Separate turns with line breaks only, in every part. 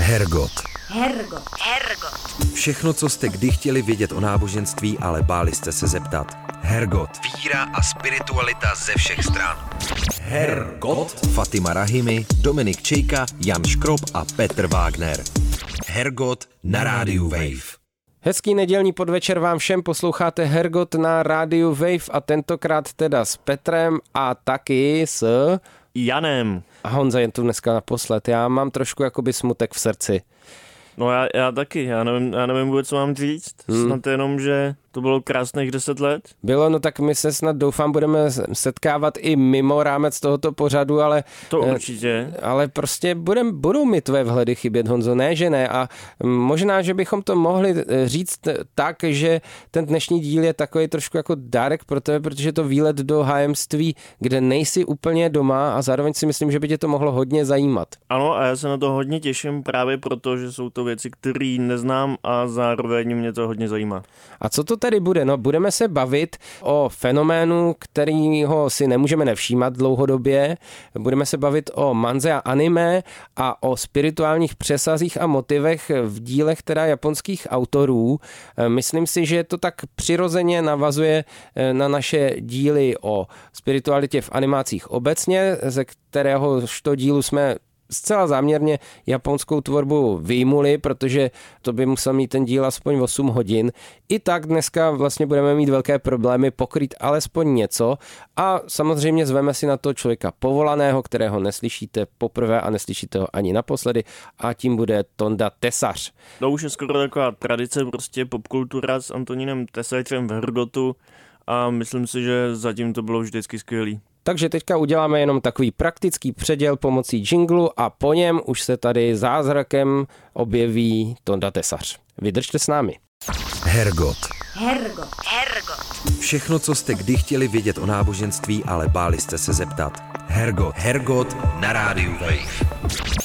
Hergot. Všechno, co jste kdy chtěli vědět o náboženství, ale báli jste se zeptat. Hergot. Víra a spiritualita ze všech stran. Hergot. Fatima Rahimi, Dominik Čejka, Jan Škrob a Petr Wagner. Hergot na rádiu Wave.
Hezký nedělní podvečer vám všem, posloucháte Hergot na rádiu Wave a tentokrát teda s Petrem a taky s
Janem.
A Honza je tu dneska naposled, já mám trošku jakoby smutek v srdci.
No já taky, já nevím vůbec, co mám říct, snad jenom, že to bylo krásných 10 let.
Bylo, no tak my se snad doufám budeme setkávat i mimo rámec tohoto pořadu, ale...
To určitě.
Ale prostě budou mi tvé vhledy chybět, Honzo, ne, že ne. A možná, že bychom to mohli říct tak, že ten dnešní díl je takový trošku jako dárek pro tebe, protože je to výlet do hájemství, kde nejsi úplně doma a zároveň si myslím, že by tě to mohlo hodně zajímat.
Ano, a já se na to hodně těším právě proto, že jsou to věci, které neznám a zároveň mě to hodně zajímá.
A co to tady bude? No, budeme se bavit o fenoménu, kterýho si nemůžeme nevšímat dlouhodobě. Budeme se bavit o manze a anime a o spirituálních přesazích a motivech v dílech teda japonských autorů. Myslím si, že to tak přirozeně navazuje na naše díly o spiritualitě v animacích obecně, ze kteréhožto dílu jsme zcela záměrně japonskou tvorbu vyjmuli, protože to by musel mít ten díl aspoň 8 hodin. I tak dneska vlastně budeme mít velké problémy pokrýt alespoň něco a samozřejmě zveme si na to člověka povolaného, kterého neslyšíte poprvé a neslyšíte ho ani naposledy a tím bude Tonda Tesař.
To už je skoro taková tradice, prostě popkultura s Antonínem Tesařem v Hergotu a myslím si, že zatím to bylo vždycky skvělý.
Takže teďka uděláme jenom takový praktický předěl pomocí jinglu a po něm už se tady zázrakem objeví Tonda Tesař. Vydržte s námi.
Hergot. Všechno, co jste kdy chtěli vědět o náboženství, ale báli jste se zeptat. Hergot na rádiu Wave.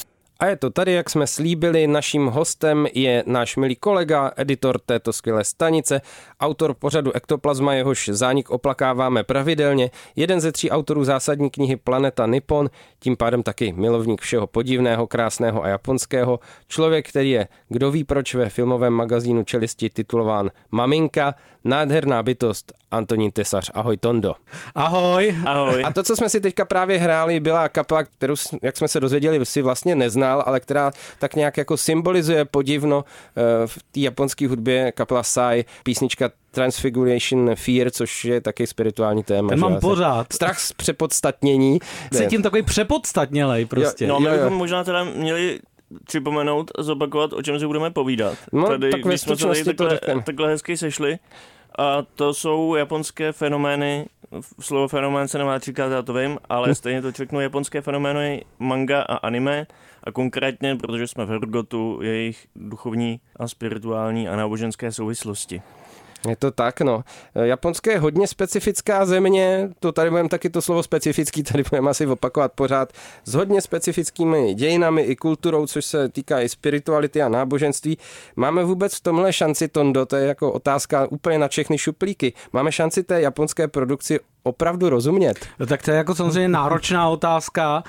A je to tady, jak jsme slíbili, naším hostem je náš milý kolega, editor této skvělé stanice, autor pořadu Ektoplazma, jehož zánik oplakáváme pravidelně, jeden ze 3 autorů zásadní knihy Planeta Nippon, tím pádem taky milovník všeho podivného, krásného a japonského, člověk, který je, kdo ví proč, ve filmovém magazínu Čelisti titulován Maminka, nádherná bytost, Antonín Tesař. Ahoj, Tondo.
Ahoj.
Ahoj.
A to, co jsme si teďka právě hráli, byla kapela, kterou, jak jsme se dozvěděli, si vlastně neznal, ale která tak nějak jako symbolizuje podivno v té japonské hudbě, kapela Psy, písnička Transfiguration Fear, což je taky spirituální téma.
Ten mám pořád.
Strach z přepodstatnění.
Cítím takový přepodstatnělej prostě.
No, my bychom možná teda měli připomenout a zopakovat, o čem si budeme povídat.
No,
tady,
tak
když jsme se takhle hezky sešli. A to jsou japonské fenomény, slovo fenomén se nemá říkat, já to vím, ale stejně to řeknu, japonské fenomény manga a anime a konkrétně, protože jsme v Hergotu, jejich duchovní a spirituální a náboženské souvislosti.
Je to tak, no. Japonské je hodně specifická země, to tady budeme taky to slovo specifický, tady budeme asi opakovat pořád, s hodně specifickými dějinami i kulturou, což se týká i spirituality a náboženství. Máme vůbec v tomhle šanci, Tondo, to je jako otázka úplně na všechny šuplíky, máme šanci té japonské produkci opravdu rozumět?
No, tak to je jako samozřejmě náročná otázka,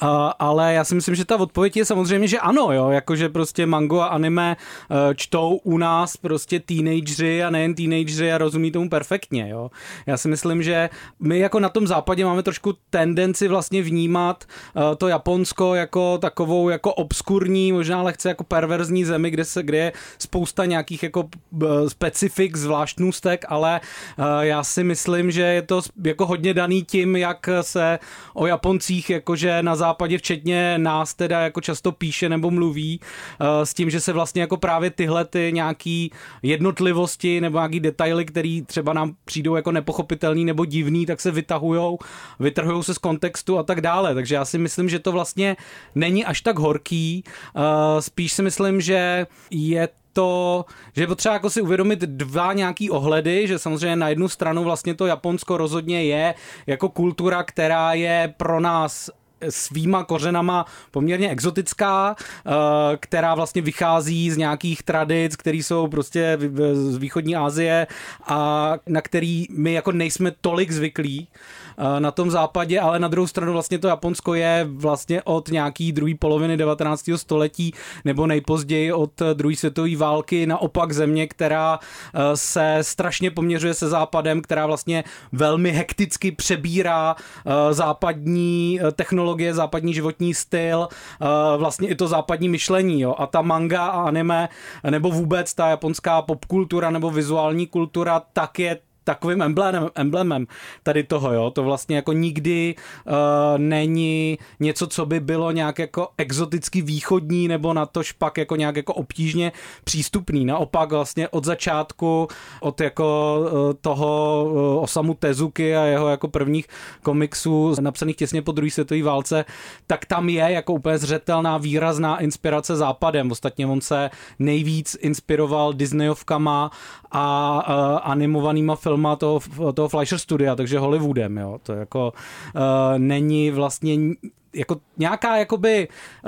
ale já si myslím, že ta odpověď je samozřejmě, že ano, jo, jakože prostě mango a anime čtou u nás prostě teenageři a nejen teenageři a rozumí tomu perfektně, jo. Já si myslím, že my jako na tom západě máme trošku tendenci vlastně vnímat to Japonsko jako takovou jako obskurní, možná lehce jako perverzní zemi, kde je spousta nějakých jako specifik, zvláštnůstek, ale já si myslím, že je to jako hodně daný tím, jak se o Japoncích jakože na západě včetně nás teda jako často píše nebo mluví, s tím, že se vlastně jako právě tyhle ty nějaký jednotlivosti nebo nějaký detaily, který třeba nám přijdou jako nepochopitelný nebo divný, tak se vytrhujou se z kontextu a tak dále. Takže já si myslím, že to vlastně není až tak horký. Spíš si myslím, že je potřeba jako si uvědomit 2 nějaký ohledy, že samozřejmě na jednu stranu vlastně to Japonsko rozhodně je jako kultura, která je pro nás svýma kořenama poměrně exotická, která vlastně vychází z nějakých tradic, které jsou prostě z východní Asie a na který my jako nejsme tolik zvyklí na tom západě, ale na druhou stranu vlastně to Japonsko je vlastně od nějaký druhé poloviny 19. století nebo nejpozději od druhé světové války naopak země, která se strašně poměřuje se západem, která vlastně velmi hekticky přebírá západní technologie, západní životní styl, vlastně i to západní myšlení. Jo. A ta manga a anime, nebo vůbec ta japonská popkultura nebo vizuální kultura, tak je takovým emblemem tady toho, jo. To vlastně jako nikdy není něco, co by bylo nějak jako exoticky východní nebo natož pak jako nějak jako obtížně přístupný. Naopak vlastně od začátku, od jako toho Osamu Tezuky a jeho jako prvních komiksů napsaných těsně po druhé světové válce, tak tam je jako úplně zřetelná výrazná inspirace západem. Ostatně on se nejvíc inspiroval Disneyovkama a animovanýma filmama toho Fleischer Studia, takže Hollywoodem, jo. To jako není vlastně jako nějaká jakoby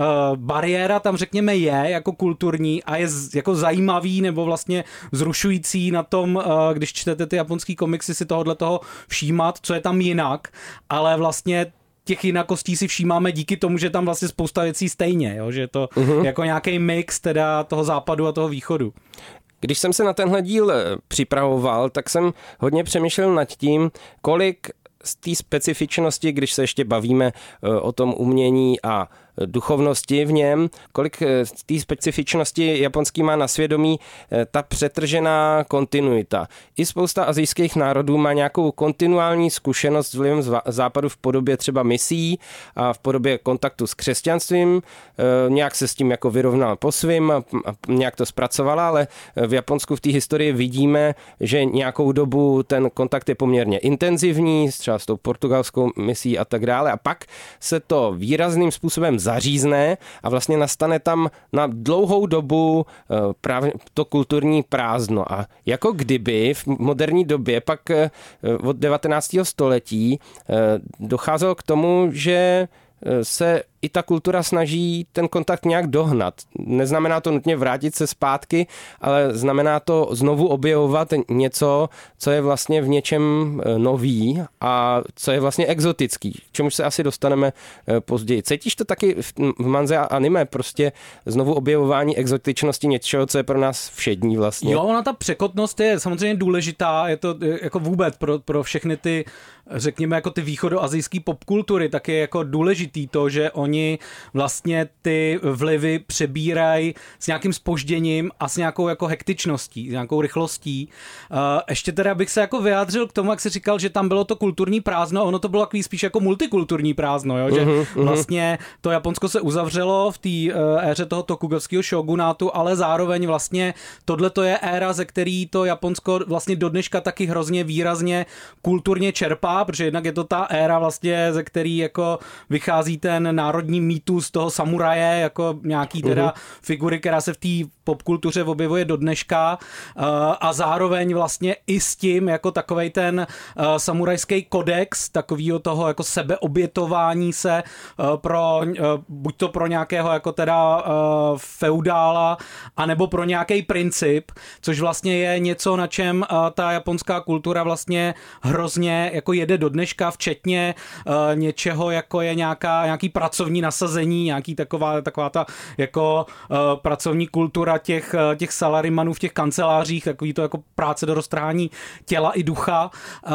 bariéra tam řekněme je jako kulturní a je jako zajímavý nebo vlastně zrušující na tom, když čtete ty japonský komiksy, si tohohle toho všímat, co je tam jinak, ale vlastně těch jinakostí si všímáme díky tomu, že tam vlastně spousta věcí stejně, jo? Že je to jako nějaký mix teda toho západu a toho východu.
Když jsem se na tenhle díl připravoval, tak jsem hodně přemýšlel nad tím, kolik z té specifičnosti, když se ještě bavíme o tom umění a duchovnosti v něm, kolik z té specifičnosti japonský má na svědomí ta přetržená kontinuita. I spousta asijských národů má nějakou kontinuální zkušenost s vlivem západu v podobě třeba misí a v podobě kontaktu s křesťanstvím. Nějak se s tím jako vyrovnal po svým a nějak to zpracovala, ale v Japonsku v té historii vidíme, že nějakou dobu ten kontakt je poměrně intenzivní, třeba s tou portugalskou misí a tak dále. A pak se to výrazným způsobem zařízne a vlastně nastane tam na dlouhou dobu právě to kulturní prázdno. A jako kdyby v moderní době pak od 19. století docházelo k tomu, že se i ta kultura snaží ten kontakt nějak dohnat. Neznamená to nutně vrátit se zpátky, ale znamená to znovu objevovat něco, co je vlastně v něčem nový a co je vlastně exotický, k čemu se asi dostaneme později. Cítíš to taky v manze a anime, prostě znovu objevování exotičnosti něčeho, co je pro nás všední vlastně?
Jo, ona ta překotnost je samozřejmě důležitá, je to jako vůbec pro všechny ty, řekněme, jako ty východoasijské popkultury, tak je jako důležitý to, že oni vlastně ty vlivy přebírají s nějakým zpožděním a s nějakou jako hektičností, s nějakou rychlostí. Ještě teda bych se jako vyjádřil k tomu, jak jsi říkal, že tam bylo to kulturní prázdno, ono to bylo takový spíš jako multikulturní prázdno, jo? Že vlastně to Japonsko se uzavřelo v té éře toho Tokugavského šogunátu, ale zároveň vlastně tohleto je éra, ze který to Japonsko vlastně do dneška taky hrozně výrazně kulturně čerpá, protože jednak je to ta éra vlastně, ze který jako vychází ten národní mýtus toho samuraje, jako nějaký teda figury, která se v té popkultuře objevuje do dneška a zároveň vlastně i s tím jako takovej ten samurajský kodex, takovýho toho jako sebeobětování se pro, buď to pro nějakého jako teda feudála, anebo pro nějaký princip, což vlastně je něco, na čem ta japonská kultura vlastně hrozně jako jede do dneška, včetně něčeho, jako je nějaký pracovní nasazení, nějaký taková ta jako pracovní kultura těch salarimanů v těch kancelářích, takový to jako práce do roztrhání těla i ducha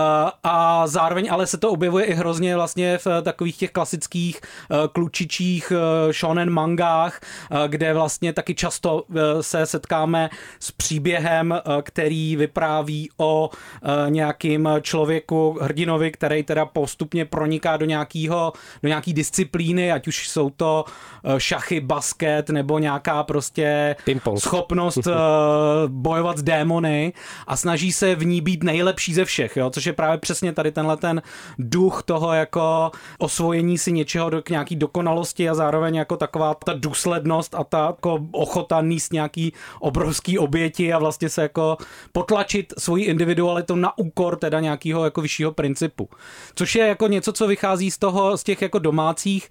a zároveň ale se to objevuje i hrozně vlastně v takových těch klasických klučičích shonen mangách, kde vlastně taky často se setkáme s příběhem, který vypráví o nějakým člověku, hrdinovi, který teda postupně proniká do nějaký disciplíny, ať ať už jsou to šachy, basket nebo nějaká prostě schopnost bojovat s démony a snaží se v ní být nejlepší ze všech, jo? Což je právě přesně tady tenhle ten duch toho jako osvojení si něčeho k nějaký dokonalosti a zároveň jako taková ta důslednost a ta jako ochota níst nějaký obrovský oběti a vlastně se jako potlačit svoji individualitu na úkor teda nějakého jako vyššího principu. Což je jako něco, co vychází z těch jako domácích,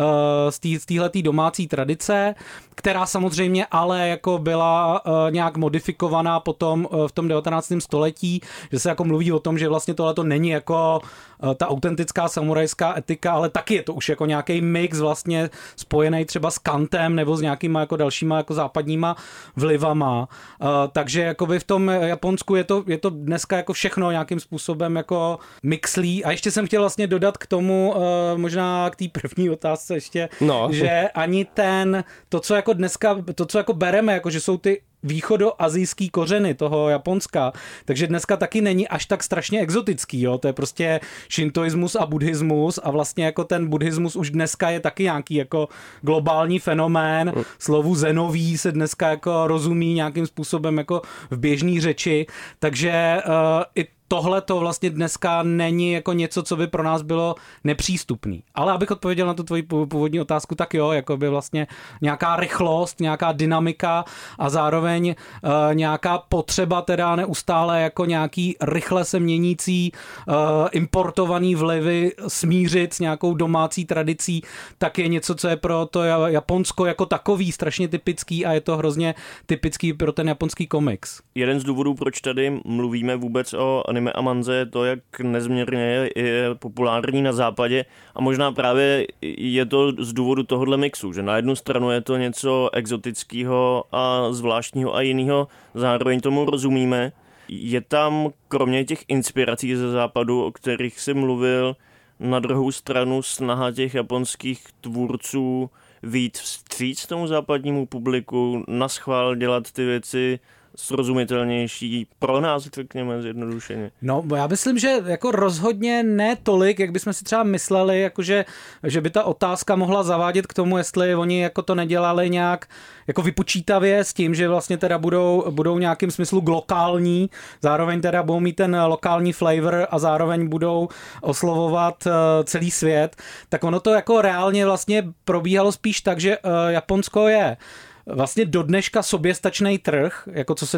z téhletý domácí tradice, která samozřejmě ale jako byla nějak modifikovaná potom v tom 19. století, že se jako mluví o tom, že vlastně tohle to není jako ta autentická samurajská etika, ale taky je to už jako nějaký mix vlastně spojený třeba s Kantem nebo s nějakýma jako dalšíma jako západníma vlivama. Takže jakoby v tom Japonsku je to dneska jako všechno nějakým způsobem jako mixlí. A ještě jsem chtěl vlastně dodat k tomu, možná k té první otázce ještě, že ani to, co jako dneska, to, co jako bereme, jako že jsou ty východoazijský kořeny toho Japonska, takže dneska taky není až tak strašně exotický, jo, to je prostě šintoismus a buddhismus a vlastně jako ten buddhismus už dneska je taky nějaký jako globální fenomén, slovu zenový se dneska jako rozumí nějakým způsobem jako v běžný řeči, takže i tohle to vlastně dneska není jako něco, co by pro nás bylo nepřístupný. Ale abych odpověděl na tu tvoji původní otázku, tak jo, jako by vlastně nějaká rychlost, nějaká dynamika a zároveň nějaká potřeba teda neustále jako nějaký rychle se měnící importovaný vlivy smířit s nějakou domácí tradicí, tak je něco, co je pro to Japonsko jako takový strašně typický a je to hrozně typický pro ten japonský komiks.
Jeden z důvodů, proč tady mluvíme vůbec o anime a manze, je to, jak nezměrně je populární na západě a možná právě je to z důvodu tohohle mixu, že na jednu stranu je to něco exotického a zvláštního a jiného, zároveň tomu rozumíme. Je tam kromě těch inspirací ze západu, o kterých jsi mluvil, na druhou stranu snaha těch japonských tvůrců vyjít vstříc tomu západnímu publiku, naschvál dělat ty věci srozumitelnější pro nás, řekněme zjednodušeně.
No, já myslím, že jako rozhodně ne tolik, jak bychom si třeba mysleli, jakože, že by ta otázka mohla zavádět k tomu, jestli oni jako to nedělali nějak jako vypočítavě s tím, že vlastně teda budou nějakým smyslu lokální, zároveň teda budou mít ten lokální flavor a zároveň budou oslovovat celý svět, tak ono to jako reálně vlastně probíhalo spíš tak, že Japonsko je vlastně do dneška soběstačný trh, jako co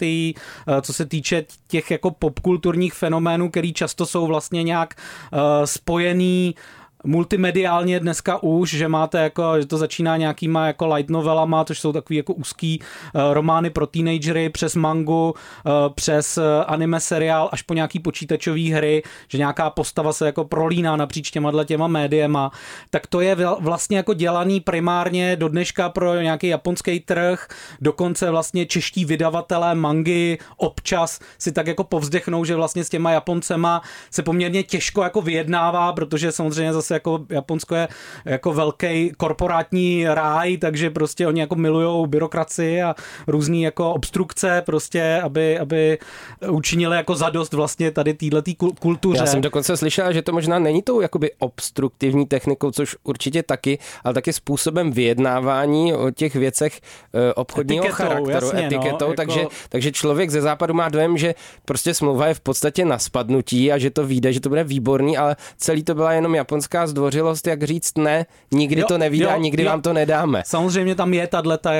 se týče těch jako popkulturních fenoménů, který často jsou vlastně nějak spojený multimediálně dneska už, že máte jako, že to začíná nějakýma jako light novelama, což jsou takový jako úzký romány pro teenagery, přes mangu, přes anime seriál, až po nějaký počítačový hry, že nějaká postava se jako prolíná napříč těma médiema, tak to je vlastně jako dělaný primárně do dneška pro nějaký japonský trh, dokonce vlastně čeští vydavatelé mangy občas si tak jako povzdechnou, že vlastně s těma Japoncema se poměrně těžko jako vyjednává, protože samozřejmě zase jako Japonsko je jako velký korporátní ráj, takže prostě oni jako milujou byrokracii a různý jako obstrukce prostě, aby učinili jako zadost vlastně tady téhletý kultuře.
Já jsem dokonce slyšel, že to možná není tou jakoby obstruktivní technikou, což určitě taky, ale taky způsobem vyjednávání o těch věcech obchodního charakteru, jasně, etiketou, jako... takže člověk ze západu má dojem, že prostě smlouva je v podstatě na spadnutí a že to vyjde, že to bude výborný, ale celý to byla jenom japonská zdvořilost, jak říct ne, nikdy to nevyjde a nikdy vám to nedáme.
Samozřejmě tam je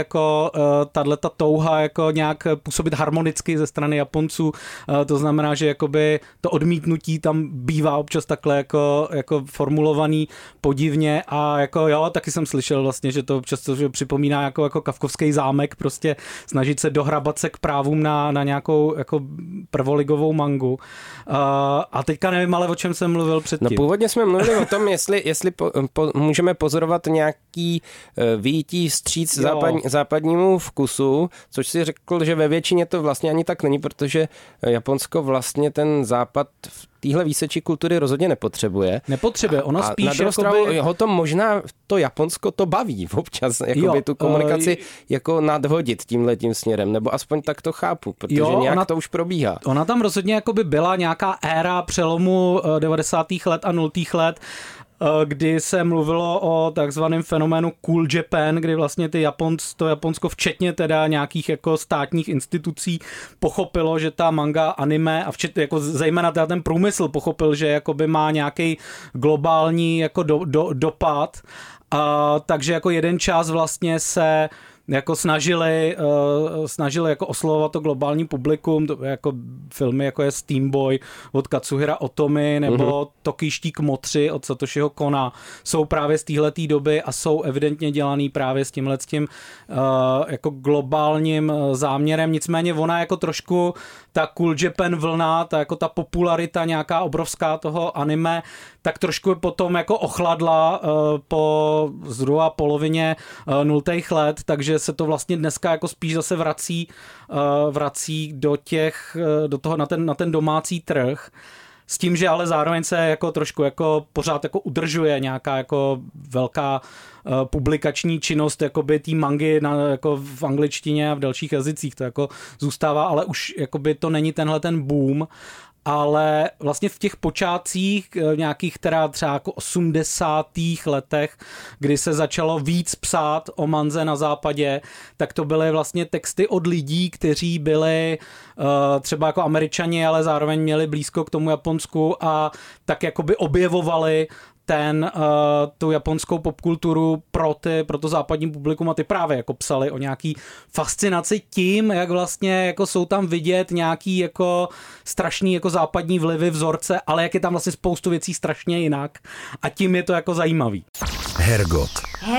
tato touha jako nějak působit harmonicky ze strany Japonců, to znamená, že jakoby to odmítnutí tam bývá občas takhle jako formulovaný podivně a jako jo, taky jsem slyšel vlastně, že to občas to připomíná jako Kafkovský zámek, prostě snažit se dohrabat se k právům na nějakou jako prvoligovou mangu. A teďka nevím, ale o čem jsem mluvil předtím.
No původně jsme mluvili o tom, jestli můžeme pozorovat nějaký vyjítí vstříc západnímu vkusu, což si řekl, že ve většině to vlastně ani tak není, protože Japonsko vlastně ten západ v téhle výseči kultury rozhodně nepotřebuje.
Ono spíš
na druhou stranu ho to možná to Japonsko to baví občas, jakoby tu komunikaci jako nadhodit tímhletím směrem, nebo aspoň tak to chápu, protože nějak to už probíhá.
Ona tam rozhodně jakoby byla nějaká éra přelomu 90. let a 0. let, kdy se mluvilo o takzvaném fenoménu Cool Japan, kdy vlastně to Japonsko včetně teda nějakých jako státních institucí pochopilo, že ta manga, anime a včetně jako zejména ten průmysl pochopil, že jakoby má nějaký globální jako dopad. Takže jako jeden čas vlastně se jako snažili jako oslovovat to globální publikum, jako filmy jako je Steamboy od Katsuhira Otomy nebo Tokijští kmotři od Satoshiho Kona jsou právě z téhletý doby a jsou evidentně dělaný právě s tímhletím jako globálním záměrem. Nicméně ona jako trošku ta Cool Japan vlna, ta popularita nějaká obrovská toho anime, tak trošku potom jako ochladla po zhruba polovině 0. let, takže se to vlastně dneska jako spíš zase vrací do toho na ten domácí trh. S tím, že ale zároveň se jako trošku jako pořád jako udržuje nějaká jako velká publikační činnost jakoby té mangy jako v angličtině a v dalších jazycích. To jako zůstává, ale už jakoby to není tenhle ten boom. Ale vlastně v těch počátcích nějakých teda třeba jako 80. letech, kdy se začalo víc psát o manze na západě, tak to byly vlastně texty od lidí, kteří byli třeba jako Američani, ale zároveň měli blízko k tomu Japonsku a tak jakoby objevovali tu japonskou popkulturu pro to západní publikum a ty právě jako psali o nějaký fascinaci tím, jak vlastně jako jsou tam vidět nějaký jako strašný jako západní vlivy, vzorce, ale jak je tam vlastně spoustu věcí strašně jinak a tím je to jako zajímavý.
Hergot.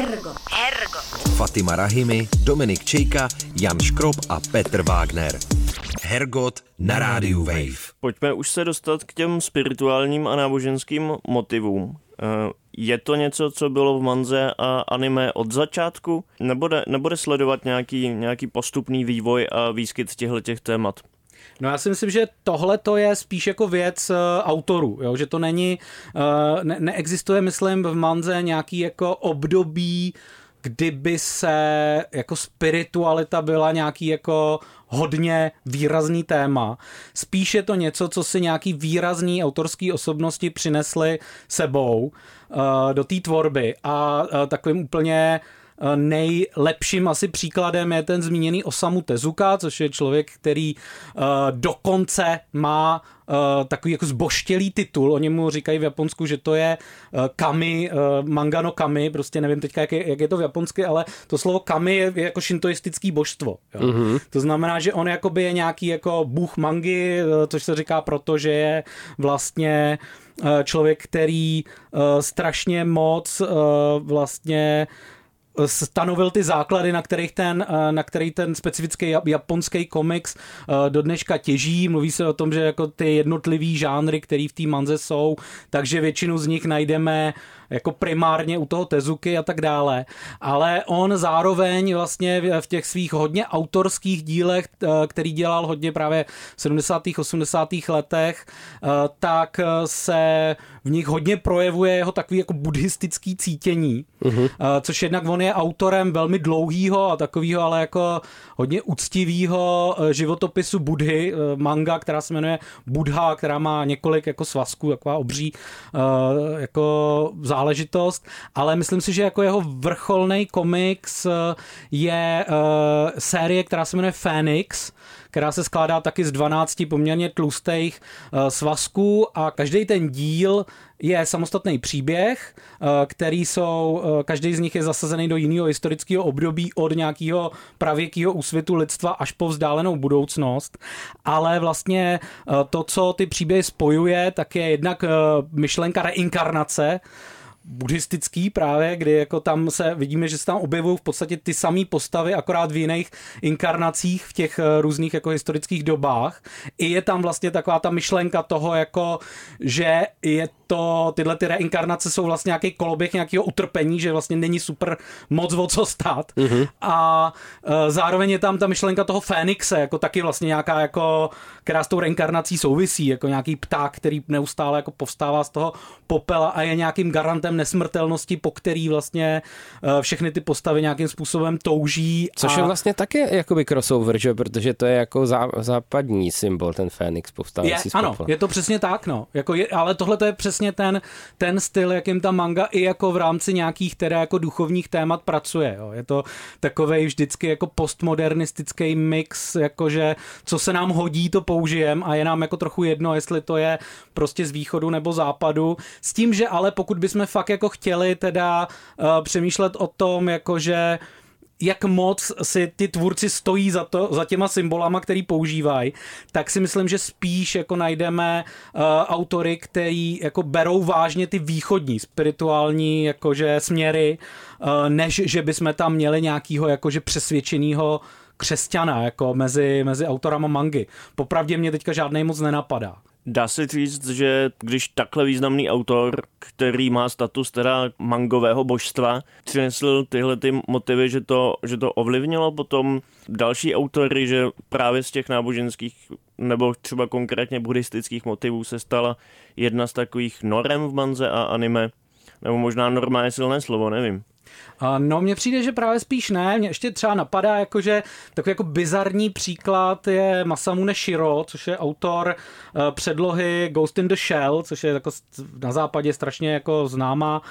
Fatima Rahimi, Dominik Čejka, Jan Škrob a Petr Wagner. Hergot na rádiu Wave.
Pojďme už se dostat k těm spirituálním a náboženským motivům. Je to něco, co bylo v manze a anime od začátku? Nebude sledovat nějaký postupný vývoj a výskyt těchto témat?
No já si myslím, že tohle to je spíš jako věc autorů, jo? Že to není, neexistuje, myslím, v manze nějaký jako období, kdyby se jako spiritualita byla nějaký jako hodně výrazný téma. Spíš je to něco, co si nějaký výrazný autorský osobnosti přinesly sebou do té tvorby a takovým úplně nejlepším asi příkladem je ten zmíněný Osamu Tezuka, což je člověk, který dokonce má takový jako zboštělý titul. Oni mu říkají v Japonsku, že to je kami, manga no kami, prostě nevím teďka, jak je to v japonsky, ale to slovo kami je jako šintoistický božstvo. Jo. Mm-hmm. To znamená, že on jakoby je nějaký jako bůh mangy, což se říká proto, že je vlastně člověk, který strašně moc vlastně stanovil ty základy, na který ten specifický japonský komiks do dneška těží. Mluví se o tom, že jako ty jednotlivý žánry, který v té manze jsou, takže většinu z nich najdeme jako primárně u toho Tezuky a tak dále. Ale on zároveň vlastně v těch svých hodně autorských dílech, který dělal hodně právě v 70. 80. letech, tak se v nich hodně projevuje jeho takový jako buddhistický cítění, což jednak on je autorem velmi dlouhýho a takovýho, ale jako hodně úctivýho životopisu Buddhy, manga, která se jmenuje Buddha, která má několik jako svazků, taková obří jako záležitost, ale myslím si, že jako jeho vrcholný komiks je série, která se jmenuje Phoenix, která se skládá taky z 12 poměrně tlustých svazků a každý ten díl je samostatný příběh, každý z nich je zasazený do jiného historického období od nějakého pravěkého úsvitu lidstva až po vzdálenou budoucnost, ale vlastně to, co ty příběhy spojuje, tak je jednak myšlenka reinkarnace, buddhistický právě, kdy jako tam se vidíme, že se tam objevují v podstatě ty samé postavy, akorát v jiných inkarnacích v těch různých jako historických dobách. I je tam vlastně taková ta myšlenka toho, jako, že je to, tyhle ty reinkarnace jsou vlastně nějaký koloběh nějakého utrpení, že vlastně není super moc o co stát. Mm-hmm. A zároveň je tam ta myšlenka toho Fénixe, jako taky vlastně nějaká, jako, která s tou reinkarnací souvisí, jako nějaký pták, který neustále jako povstává z toho popela a je nějakým garantem nesmrtelnosti, po který vlastně všechny ty postavy nějakým způsobem touží.
Což je vlastně také jakoby crossover, že? Protože to je jako západní symbol, ten Fénix povstávající z popela.
Ano, je to přesně tak, no. Ale tohle to je přesně ten styl, jakým ta manga i jako v rámci nějakých teda jako duchovních témat pracuje. Jo. Je to takovej vždycky jako postmodernistický mix, jakože co se nám hodí, to použijem a je nám jako trochu jedno, jestli to je prostě z východu nebo západu. S tím, že ale pokud bychom fakt jako chtěli teda přemýšlet o tom, jakože jak moc si ty tvůrci stojí za těma symbolama, který používají, tak si myslím, že spíš jako najdeme autory, který jako berou vážně ty východní spirituální jakože směry, než že bychom tam měli nějakýho jakože přesvědčenýho křesťana jako mezi autorama mangy. Popravdě mě teďka žádnej moc nenapadá.
Dá se říct, že když takhle významný autor, který má status teda mangového božstva, přinesl tyhle ty motivy, že to ovlivnilo potom další autory, že právě z těch náboženských nebo třeba konkrétně buddhistických motivů se stala jedna z takových norem v manze a anime. Nebo možná norma je silné slovo, nevím.
No, mně přijde, že právě spíš ne. Mně ještě třeba napadá, jakože takový jako bizarní příklad je Masamune Shiro, což je autor předlohy Ghost in the Shell, což je jako na západě strašně jako známá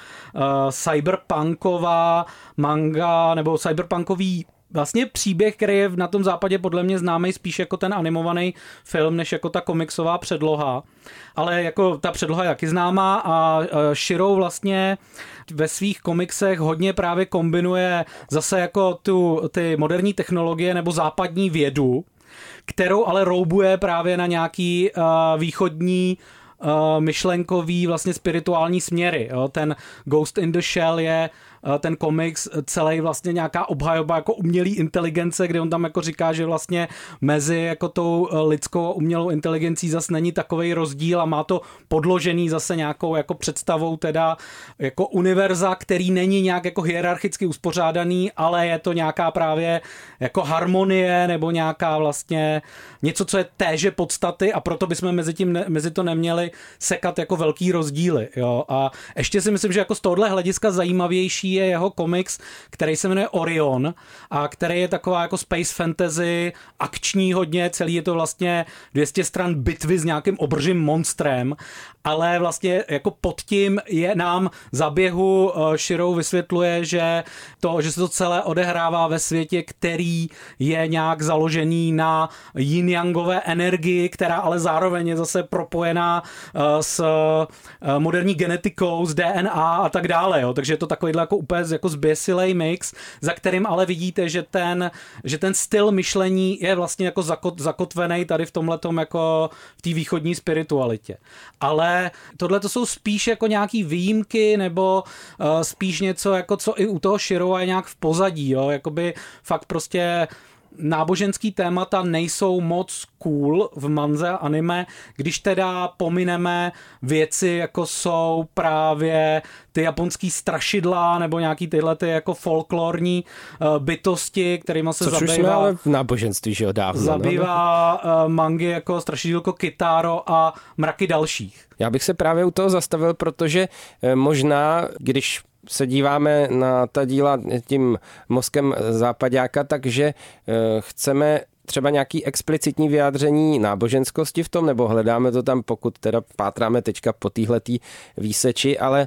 cyberpunková manga, nebo cyberpunkový vlastně příběh, který je na tom západě podle mě známý spíš jako ten animovaný film, než jako ta komiksová předloha. Ale jako ta předloha je taky známá a Shiro vlastně ve svých komiksech hodně právě kombinuje zase jako ty moderní technologie nebo západní vědu, kterou ale roubuje právě na nějaký východní myšlenkový vlastně spirituální směry. Jo? Ten Ghost in the Shell je ten komiks celý vlastně nějaká obhajoba jako umělý inteligence, kde on tam jako říká, že vlastně mezi jako tou lidskou a umělou inteligencí zase není takovej rozdíl a má to podložený zase nějakou jako představou teda jako univerza, který není nějak jako hierarchicky uspořádaný, ale je to nějaká právě jako harmonie nebo nějaká vlastně něco, co je téže podstaty a proto bychom mezi to neměli sekat jako velký rozdíly. Jo? A ještě si myslím, že jako z tohohle hlediska zajímavější je jeho komiks, který se jmenuje Orion a který je taková jako space fantasy, akční hodně, celý je to vlastně 200 stran bitvy s nějakým obržím monstrem, ale vlastně jako pod tím je nám za běhu Shiro vysvětluje, že se to celé odehrává ve světě, který je nějak založený na yin-yangové energii, která ale zároveň je zase propojená s moderní genetikou, s DNA a tak dále. Jo. Takže je to takovýhle jako úplně jako zběsilej mix, za kterým ale vidíte, že ten styl myšlení je vlastně jako zakotvený tady v tomhletom jako v té východní spiritualitě. Ale tohle to jsou spíš jako nějaký výjimky nebo spíš něco jako co i u toho Shirova je nějak v pozadí, jo, jakoby fakt prostě náboženský témata nejsou moc cool v manze a anime, když teda pomineme věci, jako jsou právě ty japonský strašidla nebo nějaký tyhle ty jako folklorní bytosti, kterýma se
zabývá. Což už jsme ale v náboženství, že jo, dávno.
Zabývá mangy jako Strašidílko Kitaro a mraky dalších.
Já bych se právě u toho zastavil, protože možná, když se díváme na ta díla tím mozkem zápaďáka, takže chceme třeba nějaký explicitní vyjádření náboženskosti v tom, nebo hledáme to tam, pokud teda pátráme teďka po téhletý výseči, ale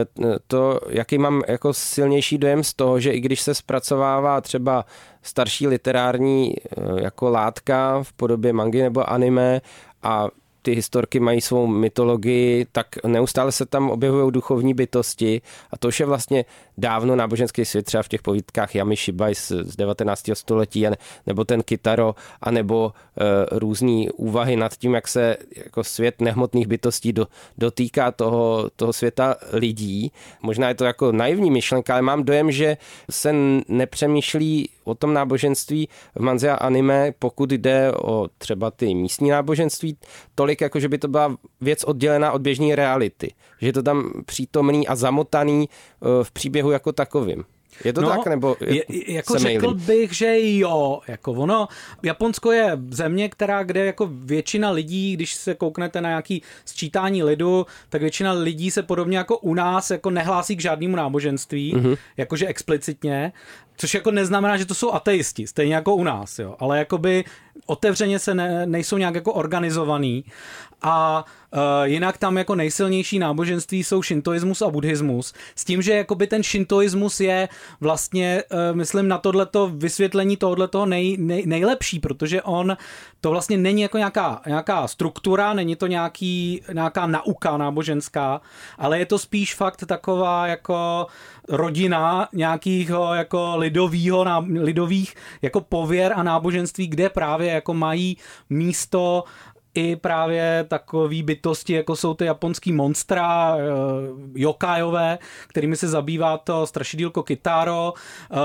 to, jaký mám jako silnější dojem z toho, že i když se zpracovává třeba starší literární jako látka v podobě mangy nebo anime a ty historky mají svou mytologii, tak neustále se tam objevují duchovní bytosti a to už je vlastně dávno náboženský svět, třeba v těch povídkách Yami Shibai z 19. století, nebo ten Kitaro, anebo různý úvahy nad tím, jak se jako svět nehmotných bytostí dotýká toho světa lidí. Možná je to jako naivní myšlenka, ale mám dojem, že se nepřemýšlí o tom náboženství v manze a anime, pokud jde o třeba ty místní náboženství, tolik jako, že by to byla věc oddělená od běžné reality. Že je to tam přítomný a zamotaný v příběhu jako takovým. Je to tak, nebo
jako řekl bych, že jo, jako ono, Japonsko je země, kde jako většina lidí, když se kouknete na nějaký sčítání lidu, tak většina lidí se podobně jako u nás jako nehlásí k žádnému náboženství, jakože explicitně, což jako neznamená, že to jsou ateisti, stejně jako u nás, jo, ale jakoby otevřeně se nejsou nějak jako organizovaný a jinak tam jako nejsilnější náboženství jsou šintoismus a buddhismus, s tím, že jakoby ten šintoismus je vlastně, myslím, na tohleto vysvětlení tohleto nejlepší, protože on to vlastně není jako nějaká struktura, není to nějaká nauka náboženská, ale je to spíš fakt taková jako rodina nějakých jako lidových jako pověr a náboženství, kde právě jako mají místo i právě takový bytosti, jako jsou ty japonský monstra, jokajové, kterými se zabývá to strašidýlko Kitaro.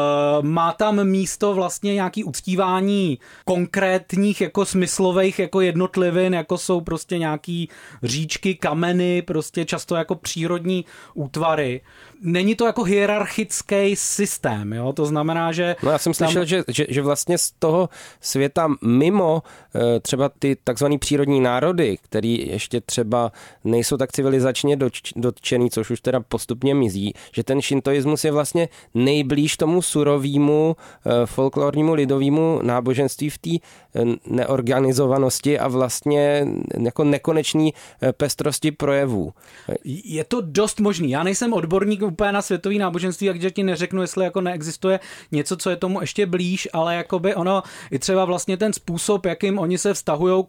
Má tam místo vlastně nějaký uctívání konkrétních jako smyslových jako jednotlivin, jako jsou prostě nějaký říčky, kameny, prostě často jako přírodní útvary. Není to jako hierarchický systém, jo? To znamená, že...
No já jsem slyšel, že vlastně z toho světa mimo třeba ty takzvaný přírodní národy, který ještě třeba nejsou tak civilizačně dotčený, což už teda postupně mizí, že ten šintoismus je vlastně nejblíž tomu surovému folklornímu lidovému náboženství v té neorganizovanosti a vlastně jako nekonečný pestrosti projevů.
Je to dost možný. Já nejsem odborník úplně na světový náboženství, takže ti neřeknu, jestli jako neexistuje něco, co je tomu ještě blíž, ale jakoby ono i třeba vlastně ten způsob, jakým oni se vztahujou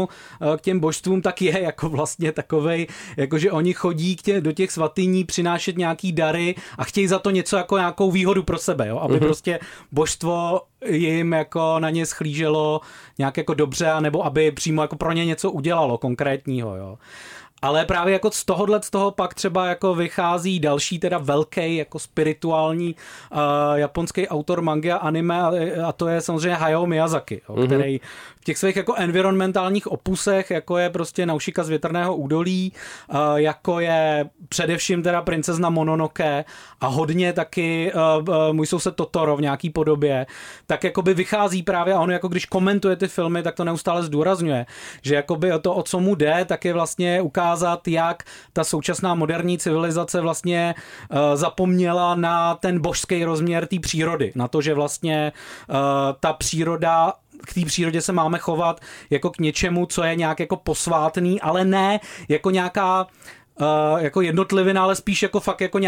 k těm božstvům, tak je jako vlastně takovej, jakože oni chodí do těch svatyní přinášet nějaký dary a chtějí za to něco jako nějakou výhodu pro sebe, jo? Aby prostě božstvo jim jako na ně schlíželo nějak jako dobře, nebo aby přímo jako pro ně něco udělalo konkrétního, jo. Ale právě jako z toho pak třeba jako vychází další teda velký jako spirituální japonský autor mangy a anime a to je samozřejmě Hayao Miyazaki, který v těch svých jako environmentálních opusech, jako je prostě Naušika z větrného údolí, jako je především teda Princezna Mononoke a hodně taky Můj soused Totoro v nějaký podobě, tak jakoby vychází právě a on jako když komentuje ty filmy, tak to neustále zdůrazňuje, že jakoby to, o co mu jde, tak je vlastně ukázat, jak ta současná moderní civilizace vlastně zapomněla na ten božský rozměr té přírody, na to, že vlastně ta příroda, k té přírodě se máme chovat jako k něčemu, co je nějak jako posvátný, ale ne jako nějaká jako jednotlivina, ale spíš jako fakt jako